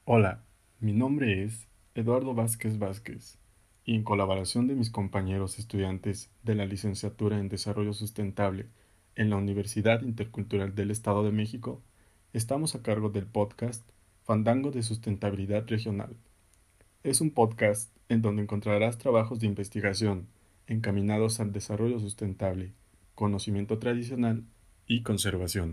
Hola, mi nombre es Eduardo Vázquez Vázquez y en colaboración de mis compañeros estudiantes de la Licenciatura en Desarrollo Sustentable en la Universidad Intercultural del Estado de México, estamos a cargo del podcast Fandango de Sustentabilidad Regional. Es un podcast en donde encontrarás trabajos de investigación encaminados al desarrollo sustentable, conocimiento tradicional y conservación.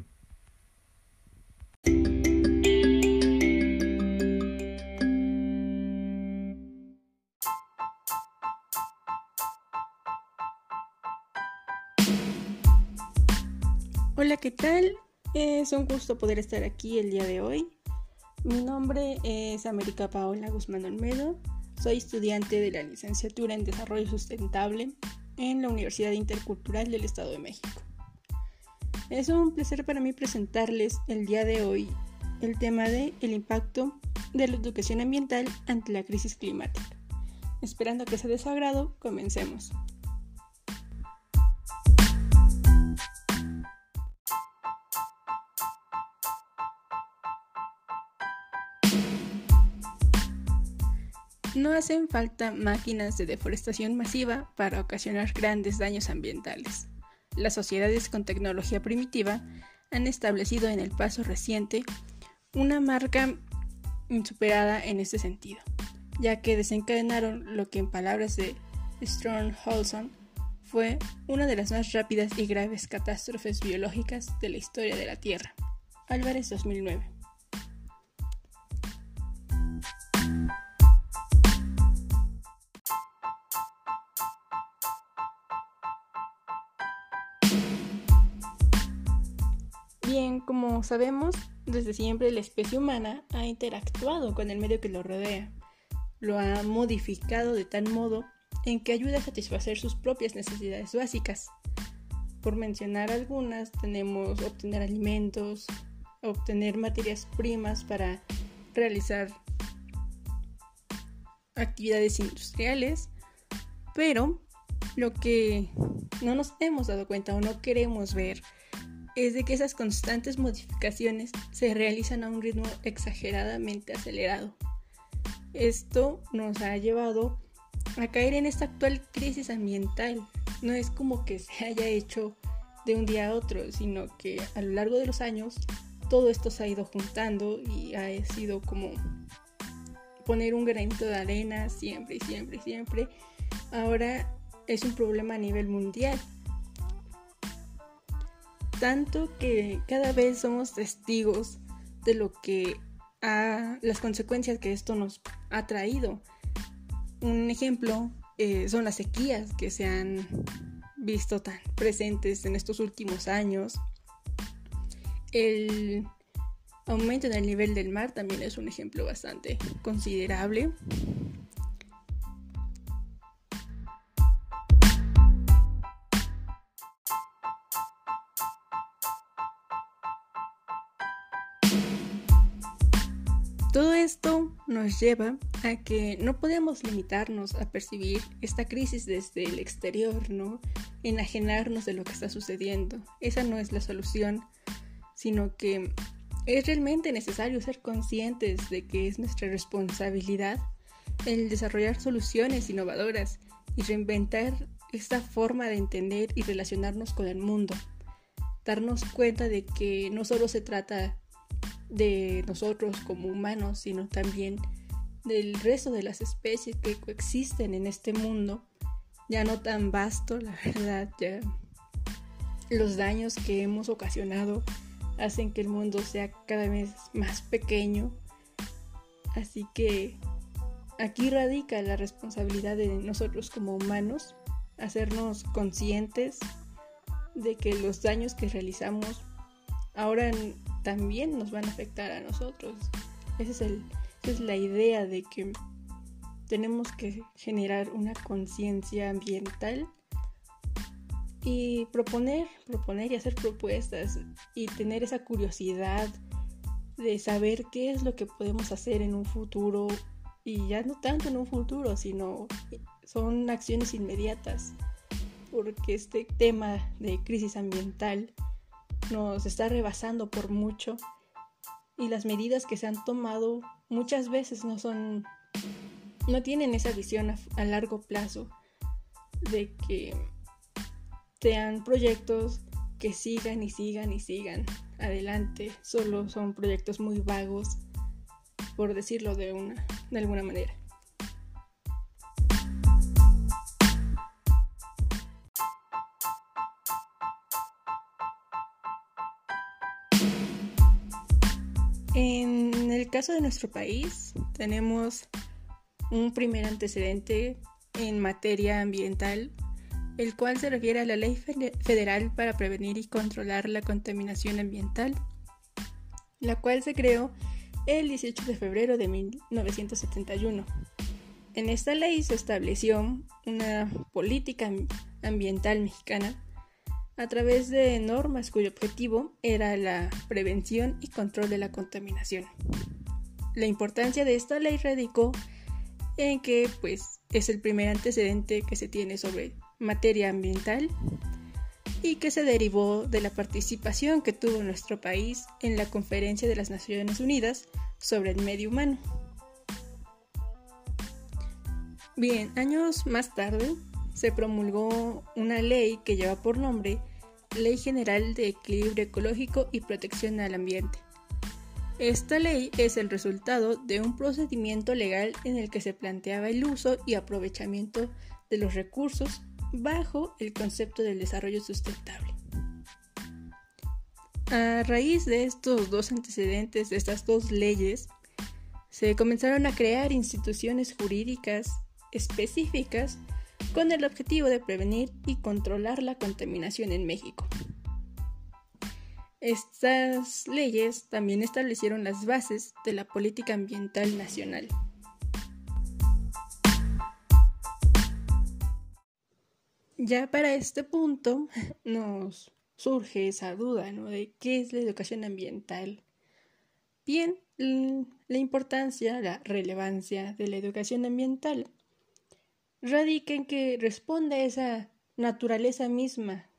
Hola, ¿qué tal? Es un gusto poder estar aquí el día de hoy. Mi nombre es América Paola Guzmán Olmedo. Soy estudiante de la licenciatura en Desarrollo Sustentable en la Universidad Intercultural del Estado de México. Es un placer para mí presentarles el día de hoy el tema de el impacto de la educación ambiental ante la crisis climática. Esperando que sea de su agrado, comencemos. No hacen falta máquinas de deforestación masiva para ocasionar grandes daños ambientales. Las sociedades con tecnología primitiva han establecido en el paso reciente una marca insuperada en este sentido, ya que desencadenaron lo que en palabras de Strong-Holson fue una de las más rápidas y graves catástrofes biológicas de la historia de la Tierra. Álvarez 2009. Bien, como sabemos, desde siempre la especie humana ha interactuado con el medio que lo rodea. Lo ha modificado de tal modo en que ayuda a satisfacer sus propias necesidades básicas. Por mencionar algunas, tenemos obtener alimentos, obtener materias primas para realizar actividades industriales, pero lo que no nos hemos dado cuenta o no queremos ver es de que esas constantes modificaciones se realizan a un ritmo exageradamente acelerado. Esto nos ha llevado a caer en esta actual crisis ambiental. No es como que se haya hecho de un día a otro, sino que a lo largo de los años todo esto se ha ido juntando y ha sido como poner un granito de arena siempre. Ahora es un problema a nivel mundial. Tanto que cada vez somos testigos de lo que las consecuencias que esto nos ha traído. Un ejemplo son las sequías que se han visto tan presentes en estos últimos años. El aumento en el nivel del mar también es un ejemplo bastante considerable. Todo esto nos lleva a que no podemos limitarnos a percibir esta crisis desde el exterior, ¿no? Enajenarnos de lo que está sucediendo. Esa no es la solución, sino que es realmente necesario ser conscientes de que es nuestra responsabilidad el desarrollar soluciones innovadoras y reinventar esta forma de entender y relacionarnos con el mundo. Darnos cuenta de que no solo se trata de nosotros como humanos, sino también del resto de las especies que coexisten en este mundo, ya no tan vasto, la verdad. Ya los daños que hemos ocasionado hacen que el mundo sea cada vez más pequeño, así que aquí radica la responsabilidad de nosotros como humanos, hacernos conscientes de que los daños que realizamos ahora también nos van a afectar a nosotros. Esa es la idea de que tenemos que generar una conciencia ambiental y proponer y hacer propuestas y tener esa curiosidad de saber qué es lo que podemos hacer en un futuro, y ya no tanto en un futuro, sino son acciones inmediatas, porque este tema de crisis ambiental nos está rebasando por mucho y las medidas que se han tomado muchas veces no tienen esa visión a largo plazo de que sean proyectos que sigan y sigan y sigan adelante. Solo son proyectos muy vagos, por decirlo de alguna manera. En el caso de nuestro país, tenemos un primer antecedente en materia ambiental, el cual se refiere a la Ley Federal para Prevenir y Controlar la Contaminación Ambiental, la cual se creó el 18 de febrero de 1971. En esta ley se estableció una política ambiental mexicana a través de normas cuyo objetivo era la prevención y control de la contaminación. La importancia de esta ley radicó en que es el primer antecedente que se tiene sobre materia ambiental y que se derivó de la participación que tuvo nuestro país en la Conferencia de las Naciones Unidas sobre el Medio Humano. Bien, años más tarde se promulgó una ley que lleva por nombre Ley General de Equilibrio Ecológico y Protección al Ambiente. Esta ley es el resultado de un procedimiento legal en el que se planteaba el uso y aprovechamiento de los recursos bajo el concepto del desarrollo sustentable. A raíz de estos dos antecedentes, de estas dos leyes, se comenzaron a crear instituciones jurídicas específicas con el objetivo de prevenir y controlar la contaminación en México. Estas leyes también establecieron las bases de la política ambiental nacional. Ya para este punto nos surge esa duda, ¿no?, de qué es la educación ambiental. Bien, la importancia, la relevancia de la educación ambiental radica en que responde a esa naturaleza misma,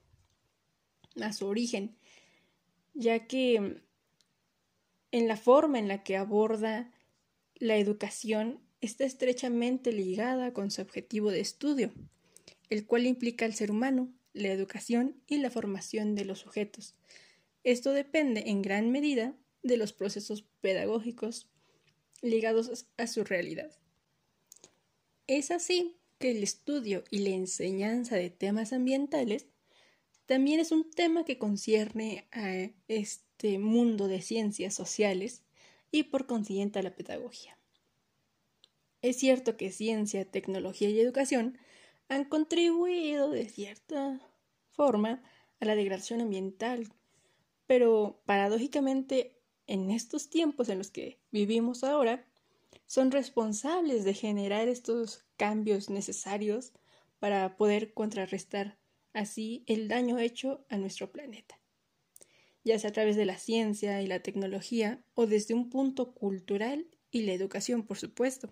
a su origen, ya que en la forma en la que aborda la educación está estrechamente ligada con su objetivo de estudio, el cual implica al ser humano, la educación y la formación de los sujetos. Esto depende en gran medida de los procesos pedagógicos ligados a su realidad. Es así que el estudio y la enseñanza de temas ambientales también es un tema que concierne a este mundo de ciencias sociales y por consiguiente a la pedagogía. Es cierto que ciencia, tecnología y educación han contribuido de cierta forma a la degradación ambiental, pero paradójicamente en estos tiempos en los que vivimos ahora son responsables de generar estos cambios necesarios para poder contrarrestar así el daño hecho a nuestro planeta, ya sea a través de la ciencia y la tecnología o desde un punto cultural y la educación, por supuesto.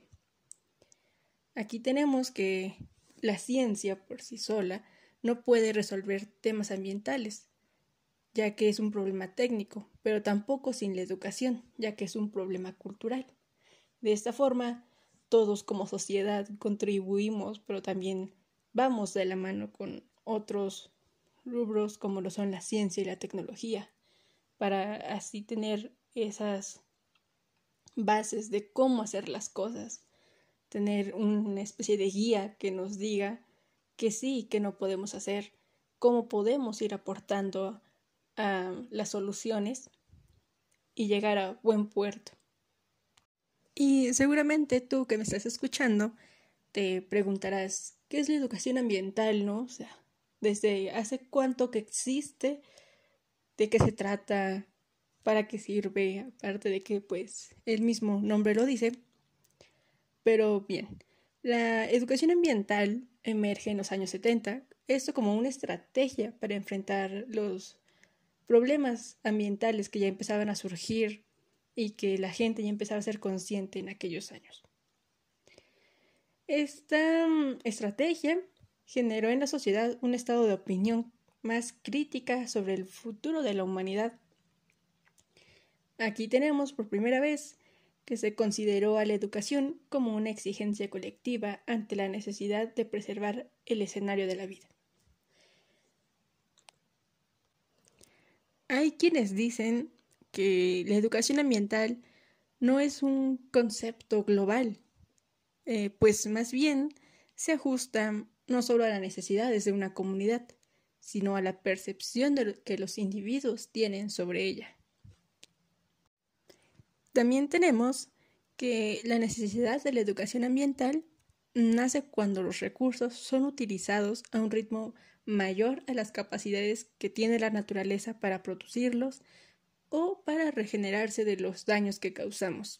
Aquí tenemos que la ciencia por sí sola no puede resolver temas ambientales, ya que es un problema técnico, pero tampoco sin la educación, ya que es un problema cultural. De esta forma, todos como sociedad contribuimos, pero también vamos de la mano con otros rubros como lo son la ciencia y la tecnología, para así tener esas bases de cómo hacer las cosas, tener una especie de guía que nos diga que sí y que no podemos hacer, cómo podemos ir aportando a las soluciones y llegar a buen puerto. Y seguramente tú que me estás escuchando te preguntarás, ¿qué es la educación ambiental, no? O sea, ¿desde hace cuánto que existe? ¿De qué se trata? ¿Para qué sirve? Aparte de que, el mismo nombre lo dice. Pero bien, la educación ambiental emerge en los años 70, esto como una estrategia para enfrentar los problemas ambientales que ya empezaban a surgir y que la gente ya empezaba a ser consciente en aquellos años. Esta estrategia generó en la sociedad un estado de opinión más crítica sobre el futuro de la humanidad. Aquí tenemos por primera vez que se consideró a la educación como una exigencia colectiva ante la necesidad de preservar el escenario de la vida. Hay quienes dicen que la educación ambiental no es un concepto global, pues más bien se ajusta no solo a las necesidades de una comunidad, sino a la percepción que los individuos tienen sobre ella. También tenemos que la necesidad de la educación ambiental nace cuando los recursos son utilizados a un ritmo mayor a las capacidades que tiene la naturaleza para producirlos o para regenerarse de los daños que causamos.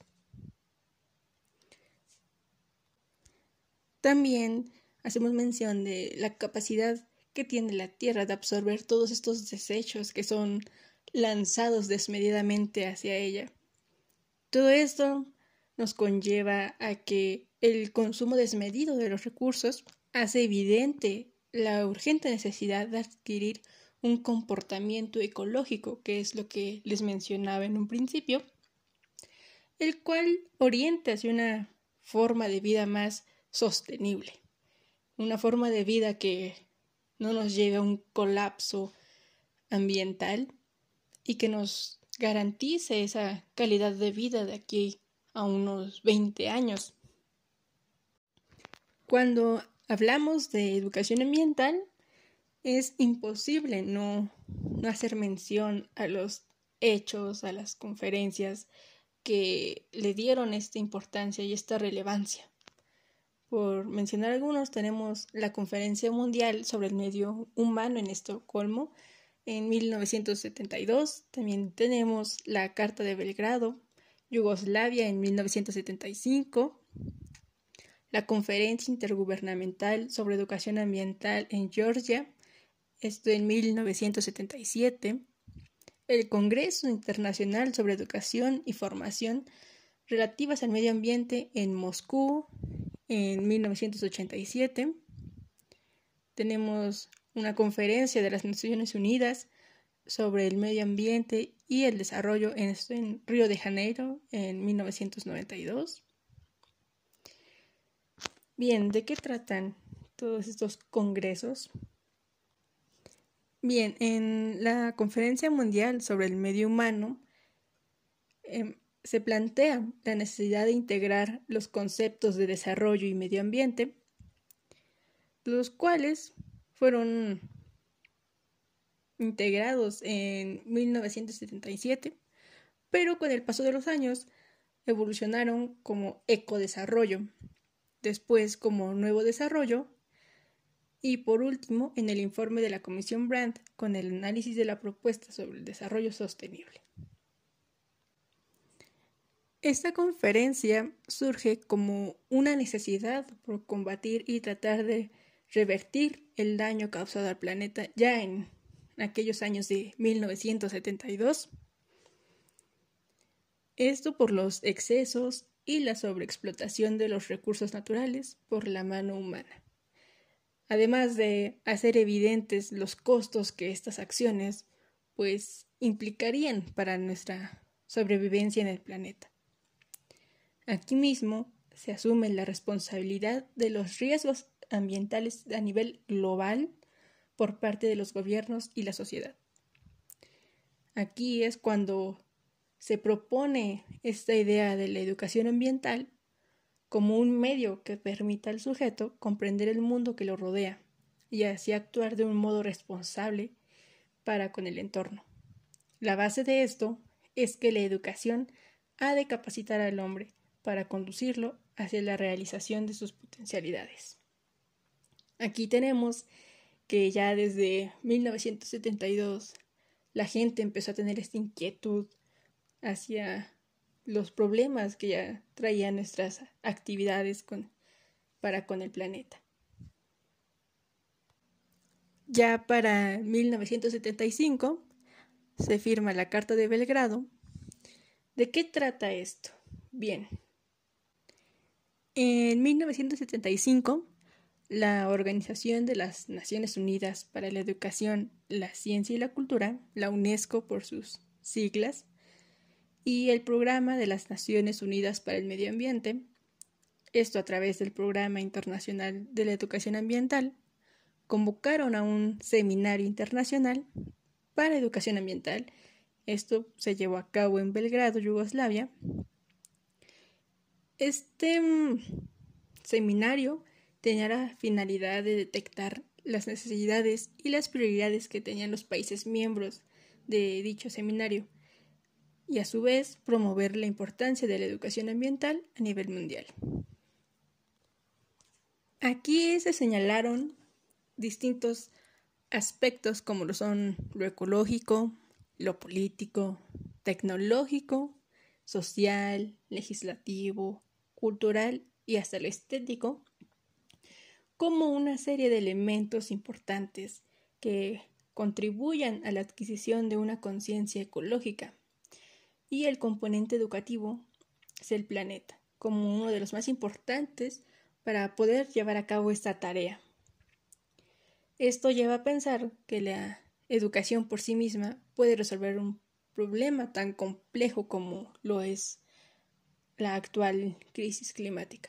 También hacemos mención de la capacidad que tiene la Tierra de absorber todos estos desechos que son lanzados desmedidamente hacia ella. Todo esto nos conlleva a que el consumo desmedido de los recursos hace evidente la urgente necesidad de adquirir un comportamiento ecológico, que es lo que les mencionaba en un principio, el cual orienta hacia una forma de vida más sostenible, una forma de vida que no nos lleve a un colapso ambiental y que nos garantice esa calidad de vida de aquí a unos 20 años. Cuando hablamos de educación ambiental, es imposible no hacer mención a los hechos, a las conferencias que le dieron esta importancia y esta relevancia. Por mencionar algunos, tenemos la Conferencia Mundial sobre el Medio Humano en Estocolmo en 1972. También tenemos la Carta de Belgrado, Yugoslavia en 1975. La Conferencia Intergubernamental sobre Educación Ambiental en Georgia, esto en 1977. El Congreso Internacional sobre Educación y Formación relativas al medio ambiente en Moscú en 1987. Tenemos una conferencia de las Naciones Unidas sobre el medio ambiente y el desarrollo en Río de Janeiro en 1992. Bien, ¿de qué tratan todos estos congresos? Bien, en la Conferencia Mundial sobre el Medio Humano se plantea la necesidad de integrar los conceptos de desarrollo y medio ambiente, los cuales fueron integrados en 1977, pero con el paso de los años evolucionaron como ecodesarrollo, después como nuevo desarrollo y por último en el informe de la Comisión Brandt con el análisis de la propuesta sobre el desarrollo sostenible. Esta conferencia surge como una necesidad por combatir y tratar de revertir el daño causado al planeta ya en aquellos años de 1972. Esto por los excesos y la sobreexplotación de los recursos naturales por la mano humana. Además de hacer evidentes los costos que estas acciones pues implicarían para nuestra sobrevivencia en el planeta. Aquí mismo se asume la responsabilidad de los riesgos ambientales a nivel global por parte de los gobiernos y la sociedad. Aquí es cuando se propone esta idea de la educación ambiental como un medio que permita al sujeto comprender el mundo que lo rodea y así actuar de un modo responsable para con el entorno. La base de esto es que la educación ha de capacitar al hombre para conducirlo hacia la realización de sus potencialidades. Aquí tenemos que ya desde 1972 la gente empezó a tener esta inquietud hacia los problemas que ya traían nuestras actividades para con el planeta. Ya para 1975 se firma la Carta de Belgrado. ¿De qué trata esto? Bien. En 1975, la Organización de las Naciones Unidas para la Educación, la Ciencia y la Cultura, la UNESCO por sus siglas, y el Programa de las Naciones Unidas para el Medio Ambiente, esto a través del Programa Internacional de la Educación Ambiental, convocaron a un seminario internacional para educación ambiental. Esto se llevó a cabo en Belgrado, Yugoslavia. Este seminario tenía la finalidad de detectar las necesidades y las prioridades que tenían los países miembros de dicho seminario y a su vez promover la importancia de la educación ambiental a nivel mundial. Aquí se señalaron distintos aspectos como lo son lo ecológico, lo político, tecnológico, social, legislativo, cultural y hasta lo estético, como una serie de elementos importantes que contribuyan a la adquisición de una conciencia ecológica. Y el componente educativo es el planeta, como uno de los más importantes para poder llevar a cabo esta tarea. Esto lleva a pensar que la educación por sí misma puede resolver un problema tan complejo como lo es la actual crisis climática.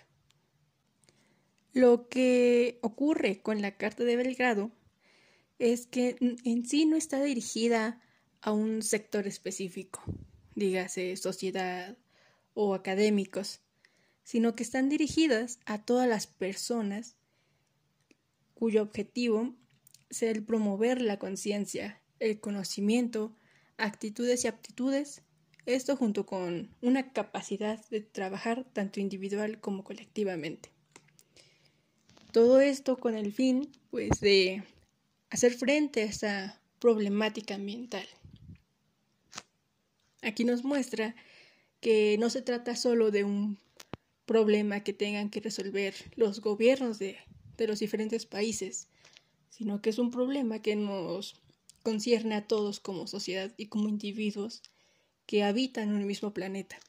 Lo que ocurre con la Carta de Belgrado es que en sí no está dirigida a un sector específico, dígase sociedad o académicos, sino que están dirigidas a todas las personas cuyo objetivo es el promover la conciencia, el conocimiento, actitudes y aptitudes, esto junto con una capacidad de trabajar tanto individual como colectivamente. Todo esto con el fin, de hacer frente a esta problemática ambiental. Aquí nos muestra que no se trata solo de un problema que tengan que resolver los gobiernos de los diferentes países, sino que es un problema que nos concierne a todos como sociedad y como individuos que habitan un mismo planeta.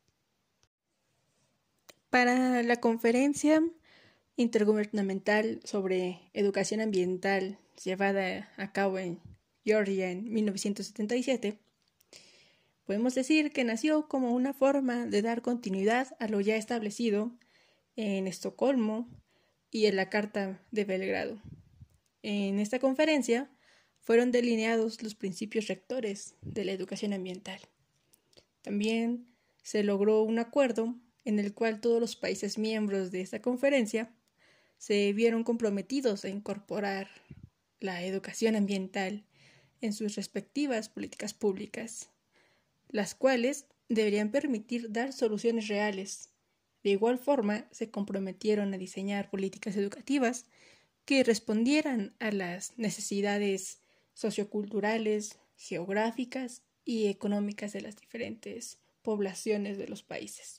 Para la conferencia intergubernamental sobre educación ambiental llevada a cabo en Georgia en 1977, podemos decir que nació como una forma de dar continuidad a lo ya establecido en Estocolmo y en la Carta de Belgrado. En esta conferencia fueron delineados los principios rectores de la educación ambiental. También se logró un acuerdo en el cual todos los países miembros de esta conferencia se vieron comprometidos a incorporar la educación ambiental en sus respectivas políticas públicas, las cuales deberían permitir dar soluciones reales. De igual forma, se comprometieron a diseñar políticas educativas que respondieran a las necesidades socioculturales, geográficas y económicas de las diferentes poblaciones de los países.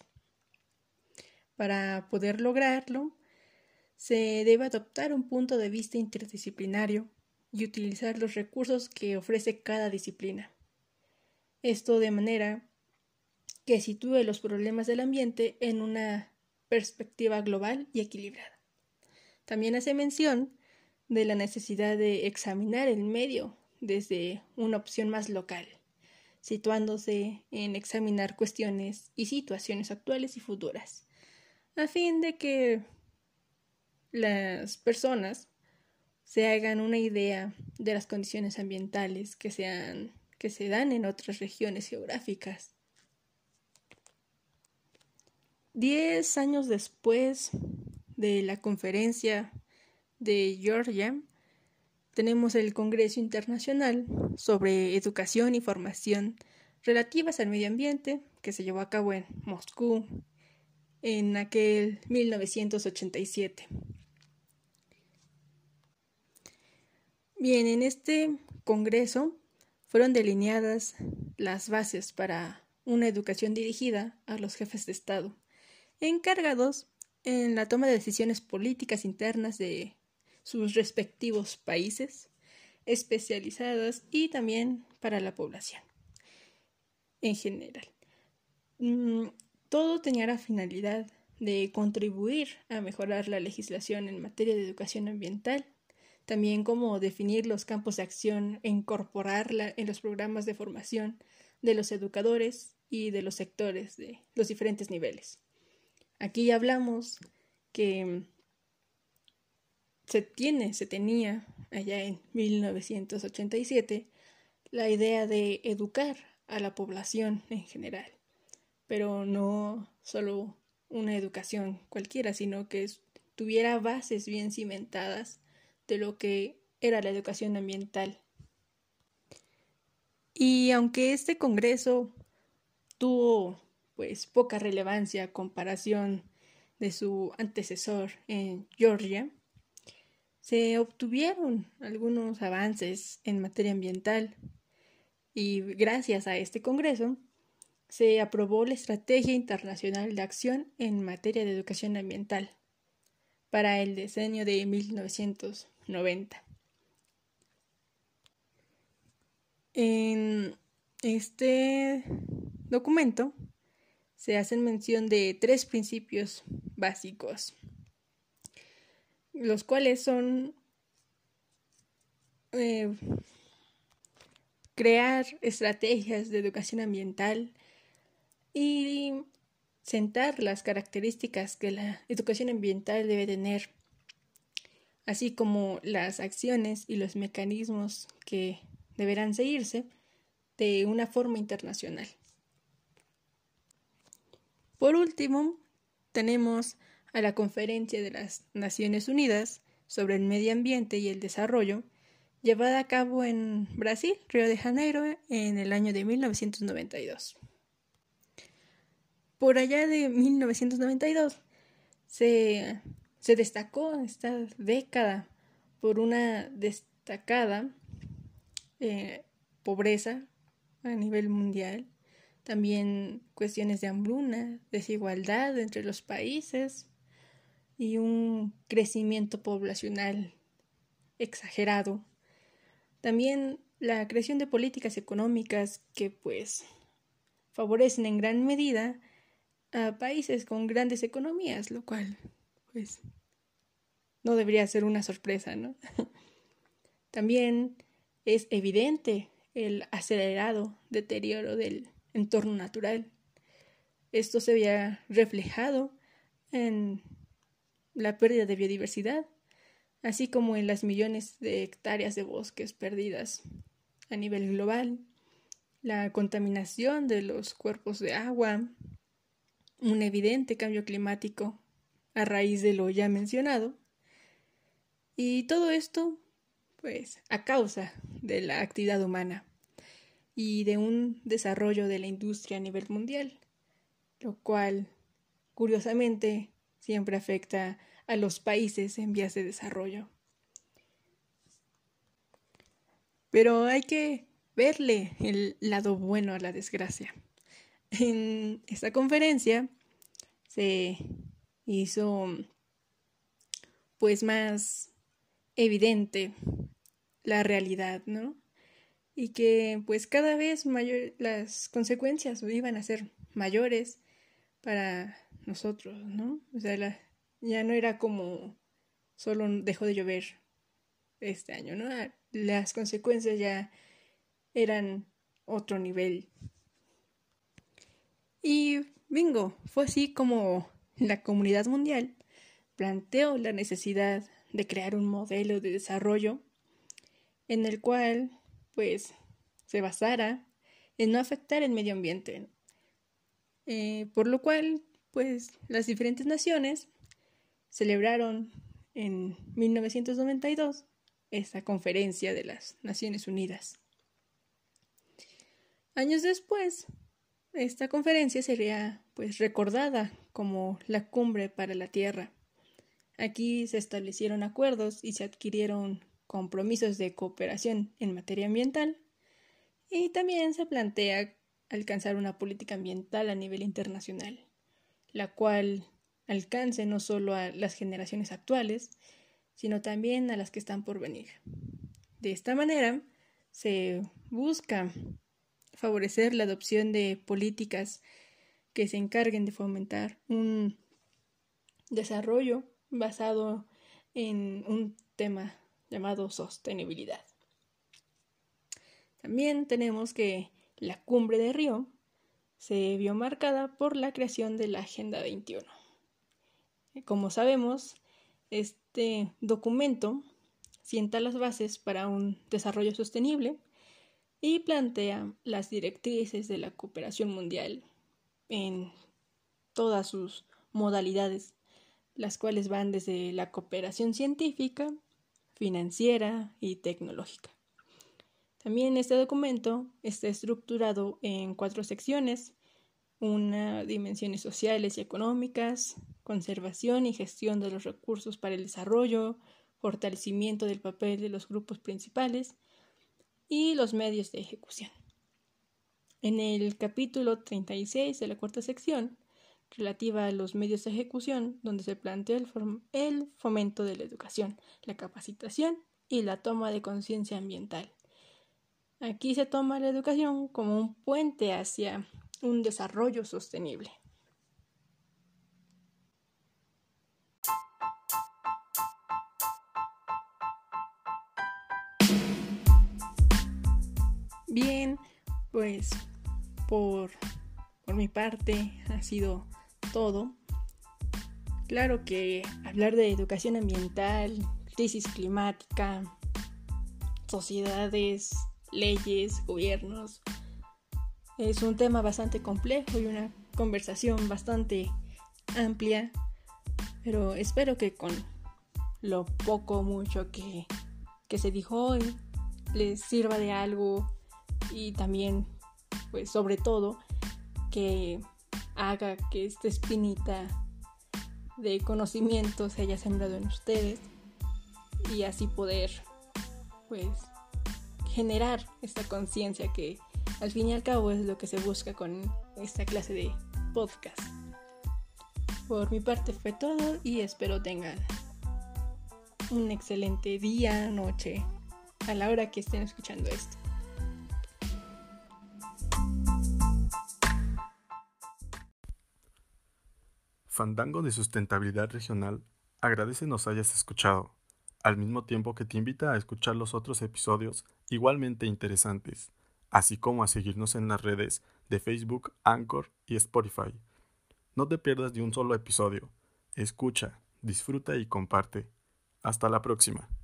Para poder lograrlo, se debe adoptar un punto de vista interdisciplinario y utilizar los recursos que ofrece cada disciplina. Esto de manera que sitúe los problemas del ambiente en una perspectiva global y equilibrada. También hace mención de la necesidad de examinar el medio desde una opción más local, situándose en examinar cuestiones y situaciones actuales y futuras, a fin de que las personas se hagan una idea de las condiciones ambientales que se dan en otras regiones geográficas. 10 años después de la conferencia de Georgia, tenemos el Congreso Internacional sobre Educación y Formación relativas al medio ambiente, que se llevó a cabo en Moscú en aquel 1987. Bien, en este congreso fueron delineadas las bases para una educación dirigida a los jefes de Estado, encargados en la toma de decisiones políticas internas de sus respectivos países, especializadas y también para la población en general. Todo tenía la finalidad de contribuir a mejorar la legislación en materia de educación ambiental, también como definir los campos de acción e incorporarla en los programas de formación de los educadores y de los sectores de los diferentes niveles. Aquí ya hablamos que se tenía allá en 1987 la idea de educar a la población en general, pero no solo una educación cualquiera, sino que tuviera bases bien cimentadas de lo que era la educación ambiental. Y aunque este congreso tuvo pues poca relevancia a comparación de su antecesor en Georgia, se obtuvieron algunos avances en materia ambiental y gracias a este congreso se aprobó la Estrategia Internacional de Acción en materia de educación ambiental para el decenio de 1990. En este documento se hacen mención de 3 principios básicos, los cuales son crear estrategias de educación ambiental y sentar las características que la educación ambiental debe tener, así como las acciones y los mecanismos que deberán seguirse de una forma internacional. Por último, tenemos a la Conferencia de las Naciones Unidas sobre el Medio Ambiente y el Desarrollo, llevada a cabo en Brasil, Río de Janeiro, en el año de 1992. Por allá de 1992 se destacó esta década por una destacada pobreza a nivel mundial, también cuestiones de hambruna, desigualdad entre los países y un crecimiento poblacional exagerado. También la creación de políticas económicas que pues favorecen en gran medida a países con grandes economías, lo cual pues no debería ser una sorpresa, ¿no? También es evidente el acelerado deterioro del entorno natural. Esto se veía reflejado en la pérdida de biodiversidad, así como en las millones de hectáreas de bosques perdidas a nivel global, la contaminación de los cuerpos de agua, un evidente cambio climático a raíz de lo ya mencionado, y todo esto pues a causa de la actividad humana y de un desarrollo de la industria a nivel mundial, lo cual curiosamente siempre afecta a los países en vías de desarrollo. Pero hay que verle el lado bueno a la desgracia. En esta conferencia se hizo pues más evidente la realidad, ¿no? Y que pues cada vez las consecuencias iban a ser mayores para nosotros, ¿no? O sea, ya no era como solo dejó de llover este año, ¿no? Las consecuencias ya eran otro nivel. Y bingo, fue así como la comunidad mundial planteó la necesidad de crear un modelo de desarrollo en el cual pues se basara en no afectar el medio ambiente, por lo cual pues las diferentes naciones celebraron en 1992 esta conferencia de las Naciones Unidas. Años después, esta conferencia sería pues recordada como la Cumbre para la Tierra. Aquí se establecieron acuerdos y se adquirieron compromisos de cooperación en materia ambiental y también se plantea alcanzar una política ambiental a nivel internacional, la cual alcance no solo a las generaciones actuales, sino también a las que están por venir. De esta manera se busca favorecer la adopción de políticas que se encarguen de fomentar un desarrollo basado en un tema llamado sostenibilidad. También tenemos que la Cumbre de Río se vio marcada por la creación de la Agenda 21. Como sabemos, este documento sienta las bases para un desarrollo sostenible y plantea las directrices de la cooperación mundial en todas sus modalidades, las cuales van desde la cooperación científica, financiera y tecnológica. También este documento está estructurado en 4 secciones: dimensiones sociales y económicas, conservación y gestión de los recursos para el desarrollo, fortalecimiento del papel de los grupos principales y los medios de ejecución. En el capítulo 36 de la 4ª sección, relativa a los medios de ejecución, donde se planteó el fomento de la educación, la capacitación y la toma de conciencia ambiental. Aquí se toma la educación como un puente hacia un desarrollo sostenible. Bien, pues por mi parte ha sido todo. Claro que hablar de educación ambiental, crisis climática, sociedades, leyes, gobiernos, es un tema bastante complejo y una conversación bastante amplia, pero espero que con lo poco o mucho que se dijo hoy les sirva de algo, y también, pues sobre todo, que haga que esta espinita de conocimiento se haya sembrado en ustedes y así poder, pues, generar esta conciencia que al fin y al cabo es lo que se busca con esta clase de podcast. Por mi parte fue todo y espero tengan un excelente día, noche, a la hora que estén escuchando esto. Fandango de Sustentabilidad Regional agradece nos hayas escuchado, al mismo tiempo que te invita a escuchar los otros episodios igualmente interesantes, así como a seguirnos en las redes de Facebook, Anchor y Spotify. No te pierdas de un solo episodio. Escucha, disfruta y comparte. Hasta la próxima.